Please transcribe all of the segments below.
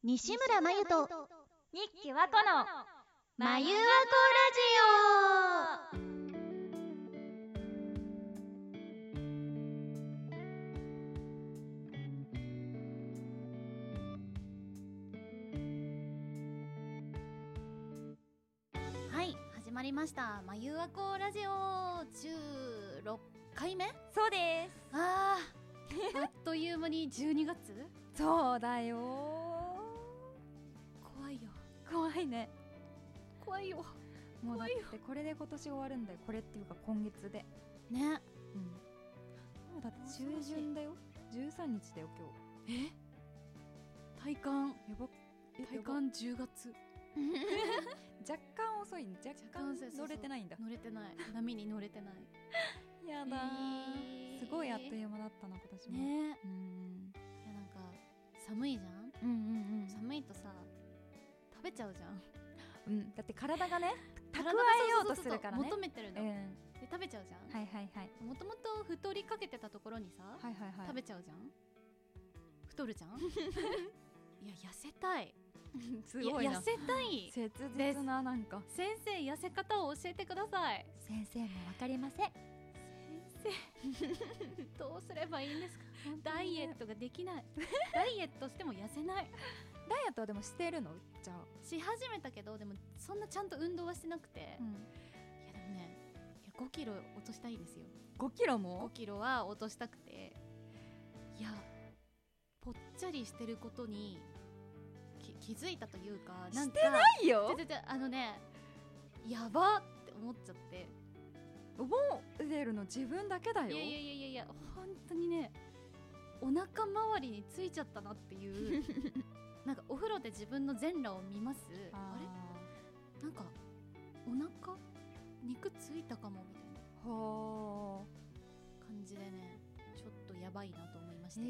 西村真由と日記和子のまゆわこラジオ。はい、始まりましたまゆわこラジオ16回目。 そうです。 あっという間に12月。 そうだよ。 怖いよ、 怖いね。 怖いよ。 もうだってこれで今年終わるんだよ。これっていうか今月でね、 もうだって中旬だよ。13日だよ今体感日。やば。 体感10月。 若干遅い。若干乗れてないんだ。 乗れてない、波に乗れてない。 やだー、すごいあっという間だったな今年もね。いや、なんか寒いじゃん。寒いとさ食べちゃうじゃん。 だって体がね蓄体がえようとするからね。 求めてるの、で食べちゃうじゃん。 はいはいはいもともと太りかけてたところにさ、 はいはいはい。 食べちゃうじゃん。太るじゃん。いや痩せたい。 すごいな。 痩せたい。 切実な。なんか先生、痩せ方を教えてください。 先生もわかりません。 先生どうすればいいんですか。ダイエットができない。ダイエットしても痩せない。 ダイエットはでもしてるの？じゃあし始めたけど、でもそんなちゃんと運動はしてなくて、いやでもね、5キロ落としたいんですよ。 5キロも 5キロは落としたくて、いやぽっちゃりしてることに気づいたというか、なんかしてないよ。 やばって思っちゃって。 思ってるの自分だけだよ。 いや本当にね、お腹周りについちゃったなっていうなんかお風呂で自分の全裸を見ます。あれ、なんかお腹肉ついたかもみたいな感じでね、ちょっとやばいなと思いまして。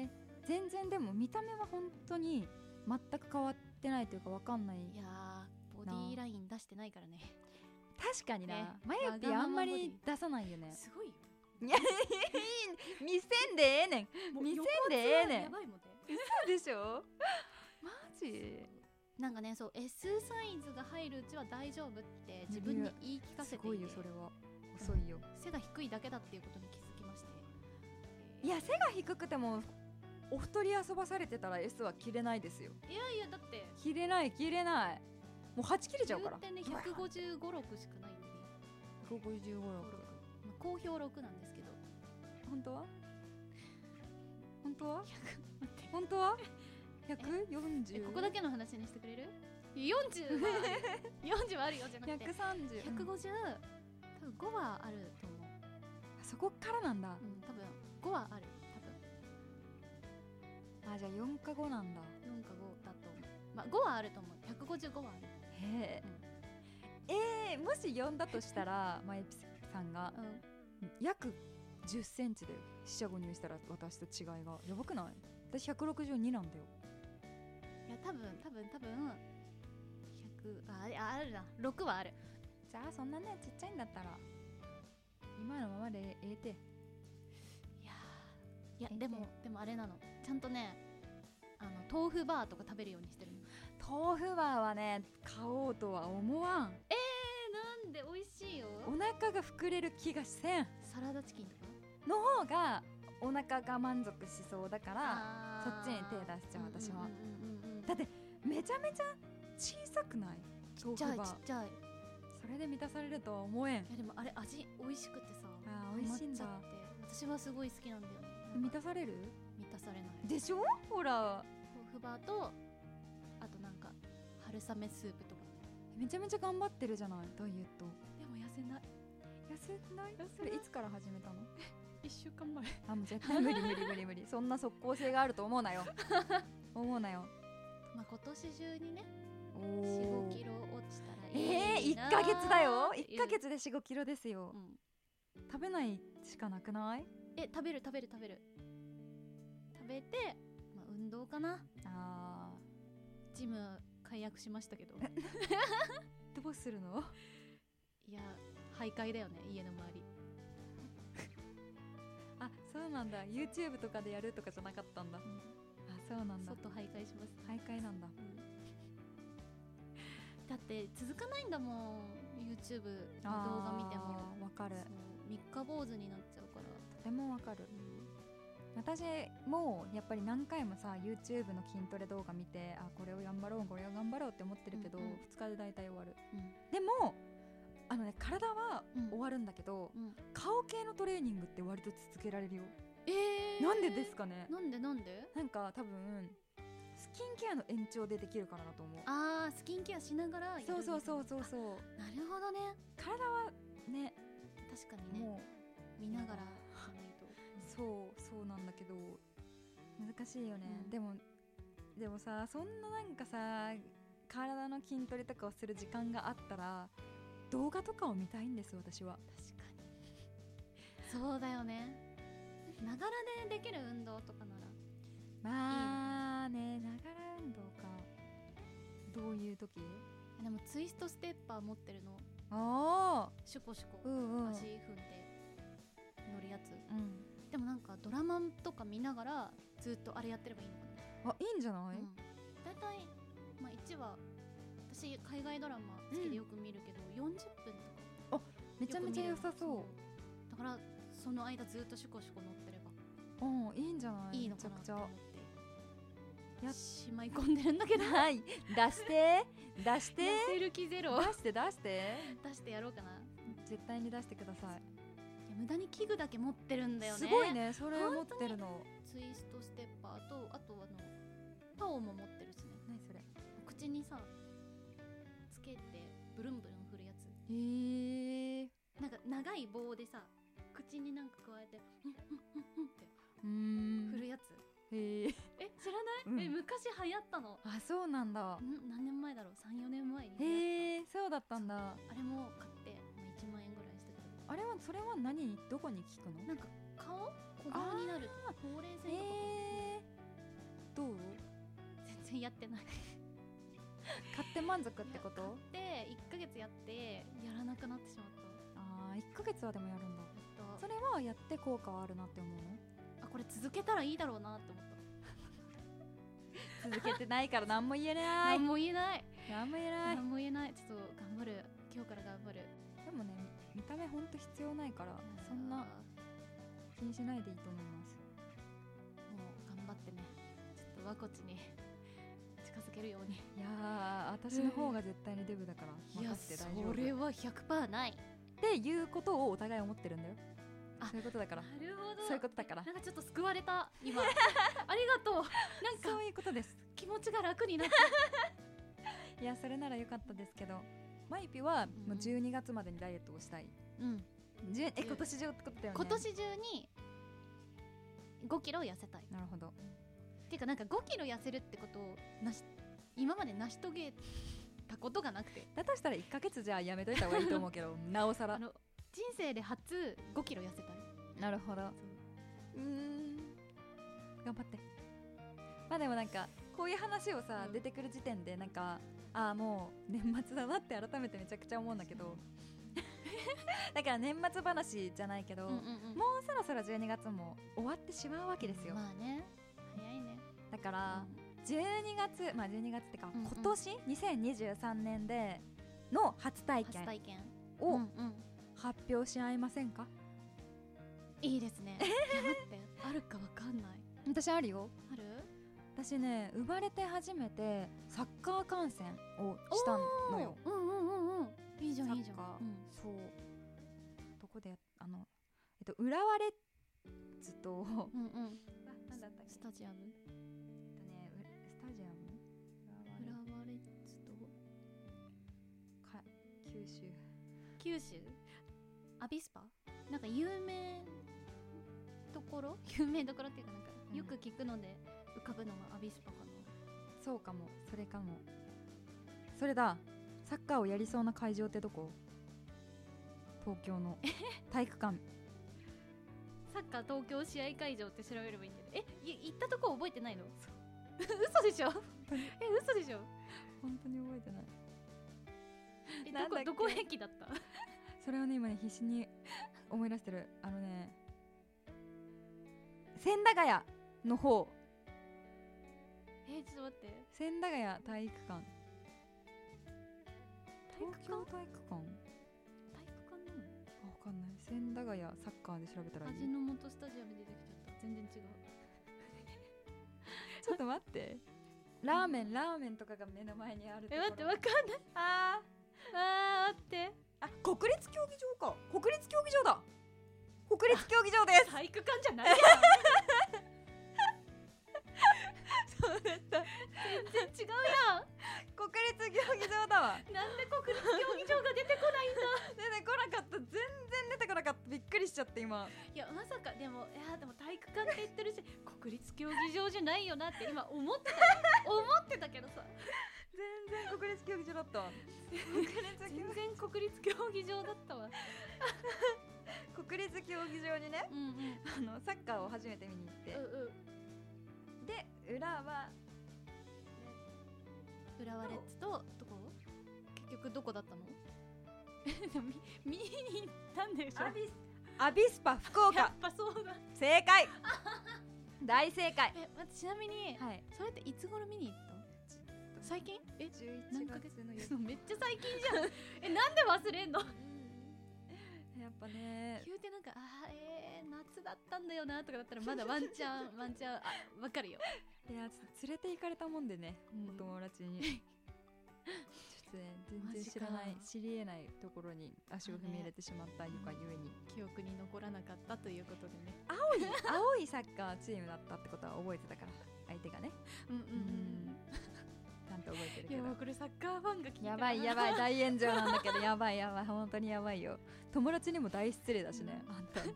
全然でも見た目は本当に全く変わってないというか分かんない。 いやー、ボディーライン出してないからね。 確かにな、 ね、 眉ってあんまり出さないよね。 すごいよ。 いや見せんでええねん。見せんでええねん。 やばいもんね。 嘘でしょ。マジなんかね、そう S サイズが入るうちは大丈夫って自分に言い聞かせていて。 すごいよそれは。遅いよ。 背が低いだけだっていうことに気づきまして。 いや、背が低くてもお太り遊ばされてたら S は着れないですよ。 いやだって着れないもう8切れちゃうから。 言うてね、155、6しかないんでね。 155、6、 好評6なんですけど。 本当は本当は140。 ここだけの話にしてくれる？40はあるよじゃなくて 130、 150、多分5はあると思う。 そこからなんだ。 多分5はある。 じゃあ4か5なんだ。 4か5だと思う。まあ5はあると思う。155はある。 もし4だとしたらマイピさんが約10センチで四捨五入したら私と違いがやばくない？私162なんだよ。 いや多分100あるな。6はある。 じゃあそんなねちっちゃいんだったら今のままでええて。 いやでもあれなの、ちゃんとね、豆腐バーとか食べるようにしてるの。 豆腐バーはね買おうとは思わん。 なんで？美味しいよ。 お腹が膨れる気がせん。 サラダチキンとかの方がお腹が満足しそうだからそっちに手出しちゃう私は。だってめちゃめちゃ小さくない？ ちっちゃい。 それで満たされるとは思えん。 いやでもあれ味美味しくてさ、 美味しいんだ。 私はすごい好きなんだよね。 満たされる？ 満たされないでしょ。ほら豆腐バーとあとなんか春雨スープとか。 めちゃめちゃ頑張ってるじゃないダイエット。 でも痩せない。 それいつから始めたの ？1週間前。 もう絶対無理そんな即効性があると思うなよまあ今年中にね 4,5 キロ落ちたらいいな。1ヶ月だよ。1ヶ月で 4,5 キロですよ。食べないしかなくない？ 食べる食べて、まあ、運動かな。ジム解約しましたけどどうするの？ いや徘徊だよね、家の周り。 そうなんだ。 YouTube とかでやるとかじゃなかったんだ。そうなんだ。 外徘徊します。 徘徊だって続かないんだもん YouTube の動画見ても。 わかる。 三日坊主になっちゃうから。 とてもわかる、私もやっぱり何回もさ YouTube の筋トレ動画見て、あこれを頑張ろうこれを頑張ろうって思ってるけど、2日で大体終わる、でも体は終わるんだけど、顔系のトレーニングって割と続けられるよ。なんでですかね。 なんでなんか多分スキンケアの延長でできるからだと思う。 あー、スキンケアしながらやるみたいな。 そう。 なるほどね。 体はね、 確かにね、もう見ながらしないと。 そうなんだけど難しいよね、でもさ、そんななんかさ体の筋トレとかをする時間があったら動画とかを見たいんです、私は。 確かにそうだよね。ながらでできる運動とかならまあね、ながら運動か。どういう時？ でもツイストステッパー持ってるの。シュコシュコ、足踏んで乗るやつ、でもなんかドラマとか見ながらずっとあれやってればいいのかな。 いいんじゃない？ だいたい1話、私海外ドラマ好きでよく見るけど、40分とかめちゃめちゃ良さそう。 だからその間ずっとシュコシュコ乗ってればいいんじゃない？ いいのかなと思ってしまい込んでるんだけど。 はい、出して痩せる気ゼロ。 出してやろうかな。 絶対に出してください。 無駄に器具だけ持ってるんだよね。 すごいね、それ持ってるの。 ツイストステッパーと、あとパオも持ってるしね。 何それ？ 口にさつけてブルンブルン振るやつ。なんか長い棒でさ口になんか加えてって振るやつ。知らない？昔流行ったの。 あ、そうなんだ。 何年前だろう、3、4年前に。 そうだったんだ。 あれも買って1万円ぐらいしたけど。 あれはそれはどこに効くの？ なんか小顔になるとか、ほうれい線とか。 どう？ 全然やってない。 買って満足ってこと？ 買って1ヶ月やってやらなくなってしまった。 1ヶ月はでもやるんだ。それはやって効果はあるなって思うの？ これ続けたらいいだろうなって思った。 続けてないから何も言えない。 何も言えない。ちょっと頑張る。今日から頑張る。 でもね、見た目ほんと必要ないから、そんな気にしないでいいと思います。 もう頑張ってね、ちょっとわこちに近づけるように。 いやー、私の方が絶対にデブだから分かって大丈夫。 それは 100% ないっていうことをお互い思ってるんだよ。そういうことだから。 なるほど。 そういうことだから。 なんかちょっと救われた今。ありがとう。なんかそういうことです。 気持ちが楽になった。 いや、それなら良かったですけど、マイピはもう12月までにダイエットをしたい。今年中ってことだよね。 今年中に5キロ痩せたい。 なるほど。 っていうか、なんか5キロ痩せるってことを今まで成し遂げたことがなくて。 だとしたら1ヶ月じゃやめといた方がいいと思うけどなおさら人生で初5キロ痩せたい。 なるほど。頑張って。まあでもなんかこういう話をさ、出てくる時点でなんかもう年末だなって改めてめちゃくちゃ思うんだけどだから年末話じゃないけど、もうそろそろ12月も終わってしまうわけですよ。 まあね、早いね。 だから、12月ってか、今年2023年での初体験を発表し合いませんか？ いいですね。待って、あるかわかんない。 私あるよ。 ある？ 私ね、生まれて初めてサッカー観戦をしたのよ。 いいじゃん。 そう。どこで浦和レッズとなんだったっけ？ スタジアム？ スタジアム？ 浦和レッズと九州？アビスパ？なんか有名どころっていうか、なんかよく聞くので浮かぶのがアビスパかな。 そうかも。それかも。それだ。サッカーをやりそうな会場ってどこ？東京の体育館。 サッカー東京試合会場って調べればいいんだよね。行ったとこ覚えてないの？嘘でしょ？嘘でしょ？ 本当に覚えてない。 どこ駅だった？ それをね、今ね必死に思い出してる。千駄ヶ谷の方。 ちょっと待って。 千駄ヶ谷体育館。 東京体育館なの？ わかんない。千駄ヶ谷サッカーで調べたらいい？ 味の素スタジアムで出てきちゃった。全然違う。 ちょっと待って。ラーメンとかが目の前にあるところ。 待って、わかんない。待って。 国立競技場か。国立競技場だ。国立競技場です。 体育館じゃないやん。 そうだった。 全然違うやん。 国立競技場だわ。 なんで国立競技場が出てこないんだ。 出てこなかった。全然出てこなかった。びっくりしちゃって今。 いやまさかでも体育館って言ってるし国立競技場じゃないよなって今思ってたけどさ。 全然国立競技場だったわ。 全然国立競技場だったわ。 国立競技場にね、サッカーを初めて見に行って、で浦和レッズとどこ？結局どこだったの？見に行ったんでしょ？ アビスパ福岡。 やっぱそうだ。 正解。大正解。 ちなみに、それっていつ頃見に行ったの？最近 ？11月のそうめっちゃ最近じゃん。なんで忘れんの？ やっぱね言うてなんか夏だったんだよなとかだったらまだワンチャンわかるよ。 いや連れて行かれたもんでね、お友達にちょっとね全然知り得ないところに足を踏み入れてしまったがゆえに記憶に残らなかったということでね。 青いサッカーチームだったってことは覚えてたから相手がね。ちゃんと覚えてるけど。 いやこれサッカーファンが聞いてやばい大炎上なんだけどやばい本当にやばいよ。友達にも大失礼だしね、あんた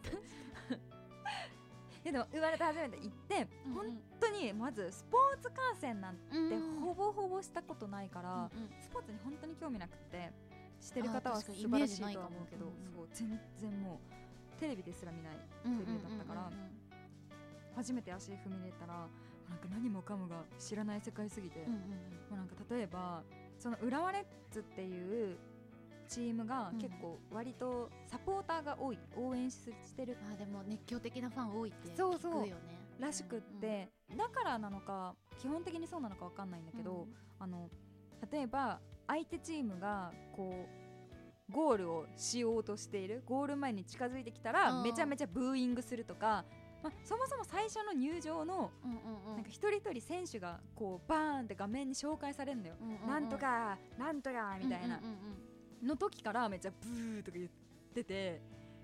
でも生まれて初めて行って、本当にまずスポーツ観戦なんてほぼほぼしたことないから、スポーツに本当に興味なくて、してる方は素晴らしいとは思うけど、そう全然もうテレビですら見ないレベルだったから、初めて足踏み入れたらなんか何もかもが知らない世界すぎて、もうなんか例えばその浦和レッズっていうチームが結構割とサポーターが多い、応援してる、 でも熱狂的なファン多いって聞くよね。 らしくって、だからなのか基本的にそうなのか分かんないんだけど、例えば相手チームがこうゴールをしようとしている、ゴール前に近づいてきたらめちゃめちゃブーイングするとか、そもそも最初の入場のなんか一人一人選手がこうバーンって画面に紹介されるんだよ、なんとかなんとかみたいなの時からめっちゃブーとか言ってて、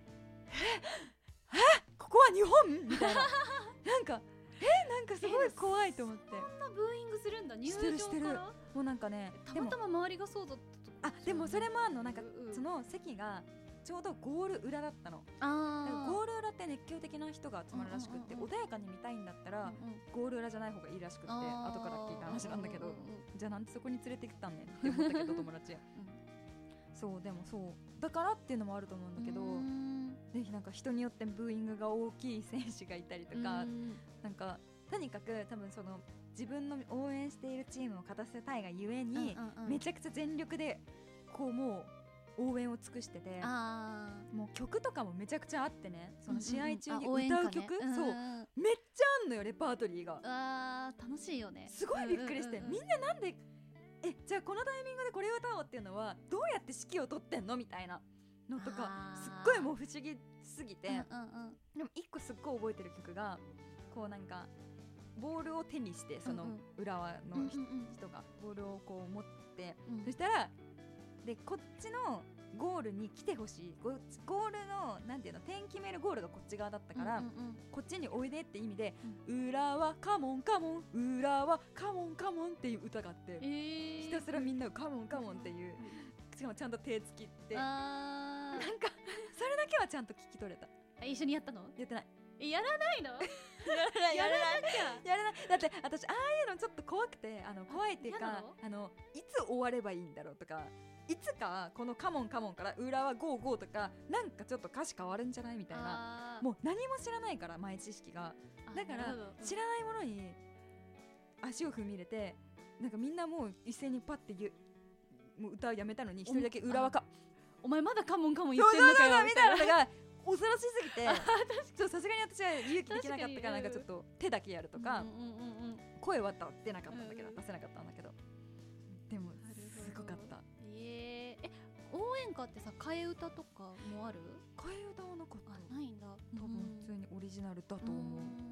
ここは日本みたいななんかすごい怖いと思って。 そんなブーイングするんだ、入場から。 もうなんかね、 たまたま周りがそうだったと。 でもそれもあんの、なんかその席がちょうどゴール裏だったの。ゴール裏って熱狂的な人が集まるらしくって、穏やかに見たいんだったらゴール裏じゃない方がいいらしくって、後から聞いた話なんだけど、じゃあなんでそこに連れてきたんねんって思ったけど友達そう、でもそうだからっていうのもあると思うんだけど、ぜひなんか人によってブーイングが大きい選手がいたりとか、なんかとにかく多分その自分の応援しているチームを勝たせたいがゆえに、めちゃくちゃ全力でこうもう応援を尽くしてて、もう曲とかもめちゃくちゃあってね、その試合中に歌う曲、そうめっちゃあんのよ、レパートリーが。 楽しいよね。 すごいびっくりして、みんななんでじゃあこのタイミングでこれを歌おうっていうのはどうやって指揮を取ってんのみたいなのとか、すっごいもう不思議すぎて、でも一個すっごい覚えてる曲がこうなんかボールを手にして、その浦和の人がボールをこう持って、そしたらでこっちのゴールに来てほしい、ゴールのなんていうの、点決めるゴールがこっち側だったから、こっちにおいでって意味で、浦和カモンカモン浦和カモンカモンっていう歌があって、ひたすらみんなカモンカモンっていう、しかもちゃんと手つきって、なんかそれだけはちゃんと聞き取れた。 一緒にやったの？ やってない。 やらないの？ やらない。だって私ああいうのちょっと怖くて、怖いっていうか、いつ終わればいいんだろうとか、いつかこのカモンカモンから浦和ゴーゴーとか、なんかちょっと歌詞変わるんじゃないみたいな、もう何も知らないから、前知識が。だから知らないものに足を踏み入れて、なんかみんなもう一斉にパッてもう歌をやめたのに、一人だけ浦和か、 お前まだカモンカモン言ってんのかよみたいなのが恐ろしすぎて、さすがに私は勇気できなかったから、なんかちょっと手だけやるとか、声は出なかったんだけど、出せなかったんだけど、でもすごかった。 かってさ替え歌とかもある？ 替え歌はなかった。 あ、ないんだ。 多分普通にオリジナルだと思う。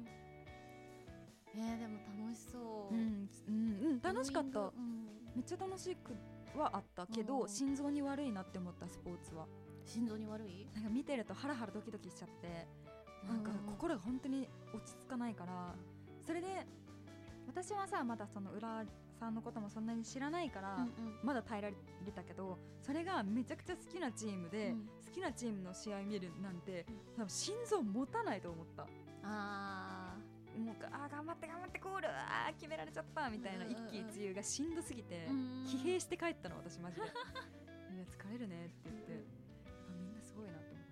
でも楽しそう。 楽しかった、 めっちゃ楽しくはあったけど、心臓に悪いなって思った。スポーツは心臓に悪い？ なんか見てるとハラハラドキドキしちゃって、なんか心が本当に落ち着かないから、それで私はさまだその浦さんのこともそんなに知らないから、まだ耐えられたけど、それがめちゃくちゃ好きなチームで、好きなチームの試合見るなんて、多分心臓持たないと思った。もう頑張ってゴール決められちゃったみたいな一喜一憂がしんどすぎて疲弊して帰ったの私マジで。いや疲れるねって言って、みんなすごいなと思った。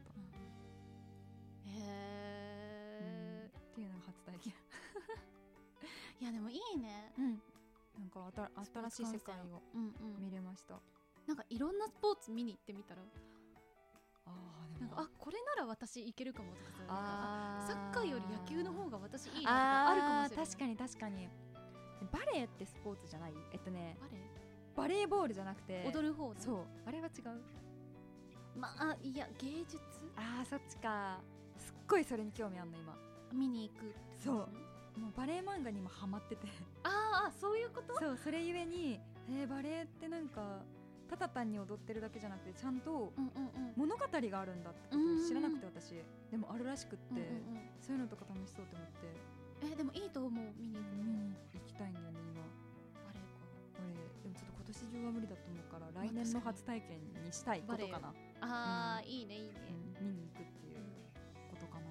っていうのが初体験。 いやでもいいね。 なんか新しい世界を見れました。 なんかいろんなスポーツ見に行ってみたら、 でもこれなら私いけるかもとかさ、サッカーより野球の方が私いいなとかあるかもしれない。 確かにバレーってスポーツじゃない？ババレーボールじゃなくて踊る方。 そう、あれは違う。 いや芸術。 そっちか。すっごいそれに興味あんの今。 見に行く。 そう、もうバレエ漫画にもハマってて。 そういうこと？ そう、それゆえにバレエってなんかただ単に踊ってるだけじゃなくてちゃんと物語があるんだってことを知らなくて、私でもあるらしくって、そういうのとか楽しそうと思って。 でもいいと思う。見に行きたいんだよね今。 バレエか。 バレエでもちょっと今年中は無理だと思うから、来年の初体験にしたいことかな。 いいねいいね。 見に行くっていうことかな。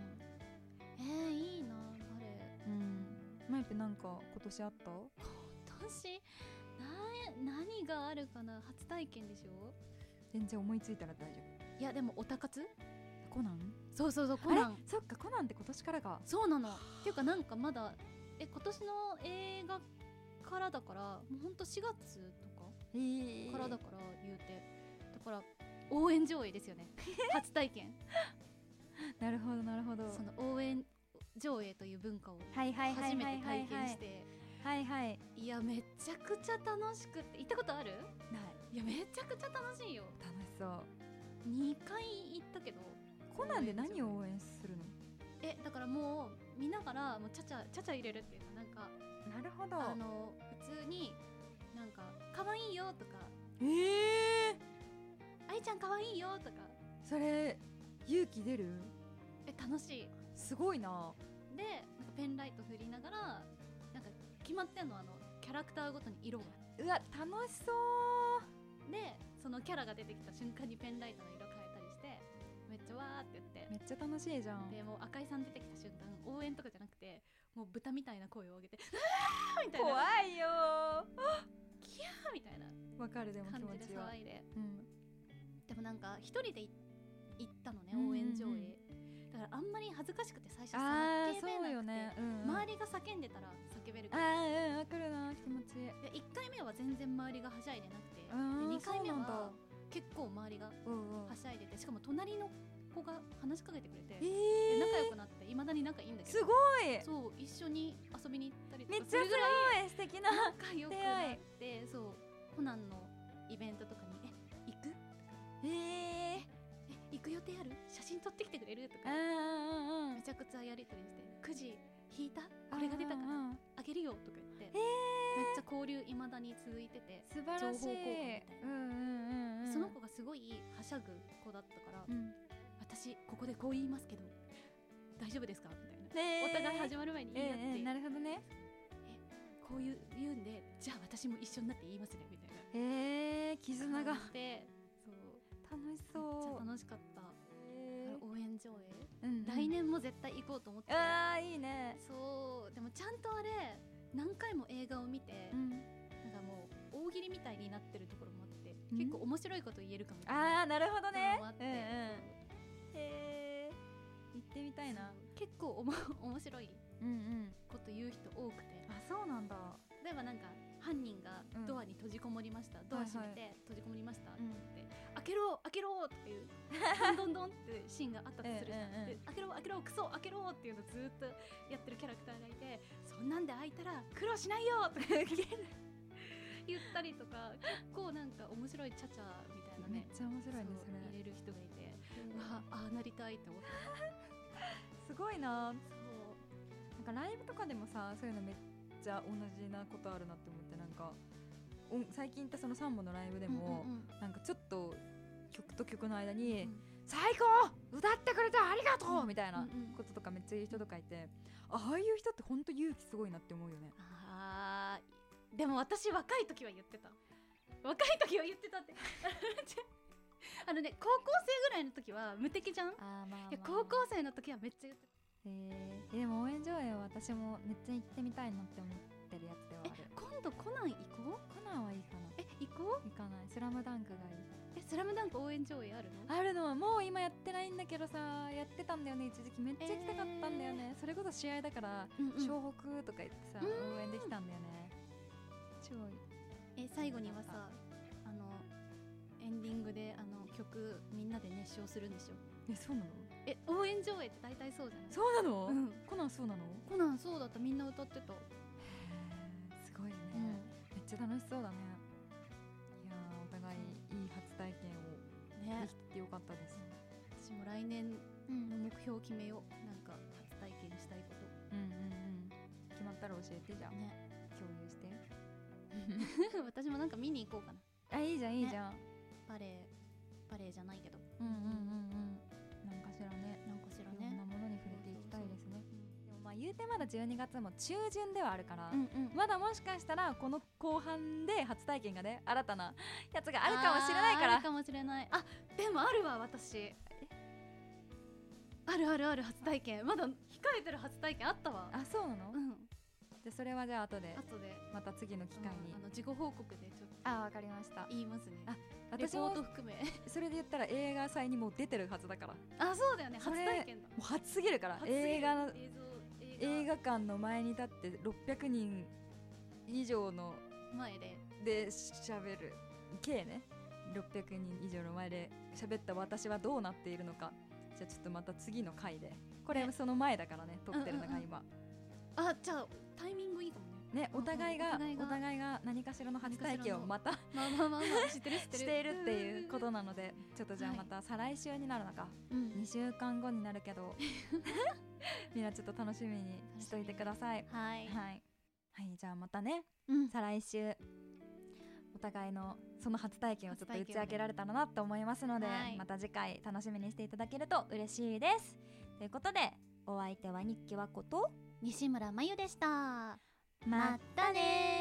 いいなバレエ。 マイペなんか今年あった？ 今年何があるかな。初体験でしょ。 全然思いついたら大丈夫。 いやでもオタ活？ コナン？ そうコナン。 そっか、コナンって今年からか。そうなの。っていうかなんかまだ今年の映画からだから、もうほんと4月とかからだから言うて、だから応援上映ですよね。初体験。 なるほど。 その応援上映という文化を初めて体験して、いやめちゃくちゃ楽しくって。行ったことある？ ない。 いやめちゃくちゃ楽しいよ。 楽しそう。 2回行ったけど。 コナンで何を応援するの？ だからもう見ながらもうちゃちゃ入れるっていうか、なんかなるほど。 普通になんか可愛いよとか、愛ちゃん可愛いよとか。 それ勇気出る？ 楽しい。 すごいな。 でなんかペンライト振りながら、なんか決まってんの、キャラクターごとに色が。 うわ楽しそう。 でそのキャラが出てきた瞬間にペンライトの色変えたりして、めっちゃわーって言って、 めっちゃ楽しいじゃん。 でもう赤井さん出てきた瞬間、応援とかじゃなくてもう豚みたいな声を上げて「みたいな。 怖いよキャーみたいなわかる。でも気持ちは感じで騒いで、でもなんか一人で行ったのね、応援上映だからあんまり恥ずかしくて最初叫べなくて、周りが叫んでたら叫べるから。 わかるな気持ち。 で1回目は全然周りがはしゃいでなくて、2回目は結構周りがはしゃいでて、しかも隣の子が話しかけてくれて、仲良くなっていまだに仲いいんだけど。 すごい。 そう一緒に遊びに行ったりとかめっちゃすごい素敵な仲良くなって、そうコナンのイベントとかに行く？行く予定ある？写真撮ってきてくれる？とかめちゃくちゃやり取りして、くじ引いた？これが出たからあげるよとか言って、めっちゃ交流いまだに続いてて、 素晴らしい。 情報交換みたいな。その子がすごいはしゃぐ子だったから、私ここでこう言いますけど大丈夫ですかみたいな、お互い始まる前に言い合って、 なるほどね。 こう言うんで、じゃあ私も一緒になって言いますねみたいな。 絆がで、そう楽しそう。 めっちゃ楽しかった。応援上映、来年も絶対行こうと思って。 いいね。 そうでもちゃんとあれ何回も映画を見て、なんかもう大喜利みたいになってるところもあって、結構面白いこと言えるかも。 なるほどね。行ってみたいな。 結構面白いこと言う人多くて。 そうなんだ。 例えばなんか犯人がドアに閉じこもりました、ドア閉めて閉じこもりましたって言って、開けろ開けろっていうどんどんってシーンがあったとするじゃん。で開けろ開けろクソ開けろっていうのをずっとやってるキャラクターがいて、そんなんで開いたら苦労しないよとか言ったりとか、結構なんか面白いチャチャみたいいなね、 めっちゃ面白いねそれ入れる人がいて、わああなりたいって思ってすごいな。 そうなんかライブとかでもさそういうのめっちゃ同じなことあるなって思って、なんか最近行ったそのサンボのライブでも、なんかちょっと曲と曲の間に、最高歌ってくれてありがとう、みたいなこととかめっちゃ言う人とかいて、ああいう人ってほんと勇気すごいなって思うよね。 あーでも私若い時は言ってたってあのね高校生ぐらいの時は無敵じゃん。いや高校生の時はめっちゃ言ってた。 でも応援上映は私もめっちゃ行ってみたいなって思ってるやつではある。 今度コナン行こう。 コナンはいいかな。 行こう。 行かない。スラムダンクがいい。 スラムダンク応援上映あるの？ あるの。もう今やってないんだけどさ、やってたんだよね一時期。めっちゃ行きたかったんだよね、それこそ試合だから、湘北とか言ってさ、応援できたんだよね。超いい。 最後にはさエンディングで曲みんなで熱唱するんでしょ。 そうなの？ 応援上映って大体そうじゃない？ そうなの？コナンそうなの？ コナンそうだった。みんな歌ってた。 すごいね、めっちゃ楽しそうだね。いやーお互いいい初体験をできてよかったです。 私も来年の目標を決めよう。なんか初体験したいこと。 決まったら教えて。じゃあね、共有して私もなんか見に行こうかな。 いいじゃんいいじゃん、 バレエじゃないけど、 なんかしらね、いろんなものに触れていきたいですね。でもまあ言うてまだ12月も中旬ではあるから、まだもしかしたらこの後半で初体験がね、新たなやつがあるかもしれないから。 あるかもしれない。でもあるわ私。ある初体験。まだ控えてる初体験あったわ。 そうなの？でそれはじゃあ後でまた次の機会に自己報告でちょっとわかりました。 言いますね。 私も含めそれで言ったら映画祭にもう出てるはずだから。 そうだよね、初体験だ。 もう初すぎるから。映画館の前に立って600人以上の前で喋る計ね、600人以上の前で喋った私はどうなっているのか。じゃあちょっとまた次の回で、これその前だからね、撮ってるのが今。 じゃあタイミングいいかもね。 お互いが何かしらの初体験をまたしているっていうことなので、ちょっとじゃあまた再来週になるのか、2週間後になるけどみんなちょっと楽しみにしといてください。はい、じゃあまたね、再来週お互いのその初体験をちょっと打ち明けられたらなと思いますので、また次回楽しみにしていただけると嬉しいです。ということで、お相手は日記はこと西村真由でした。またねー。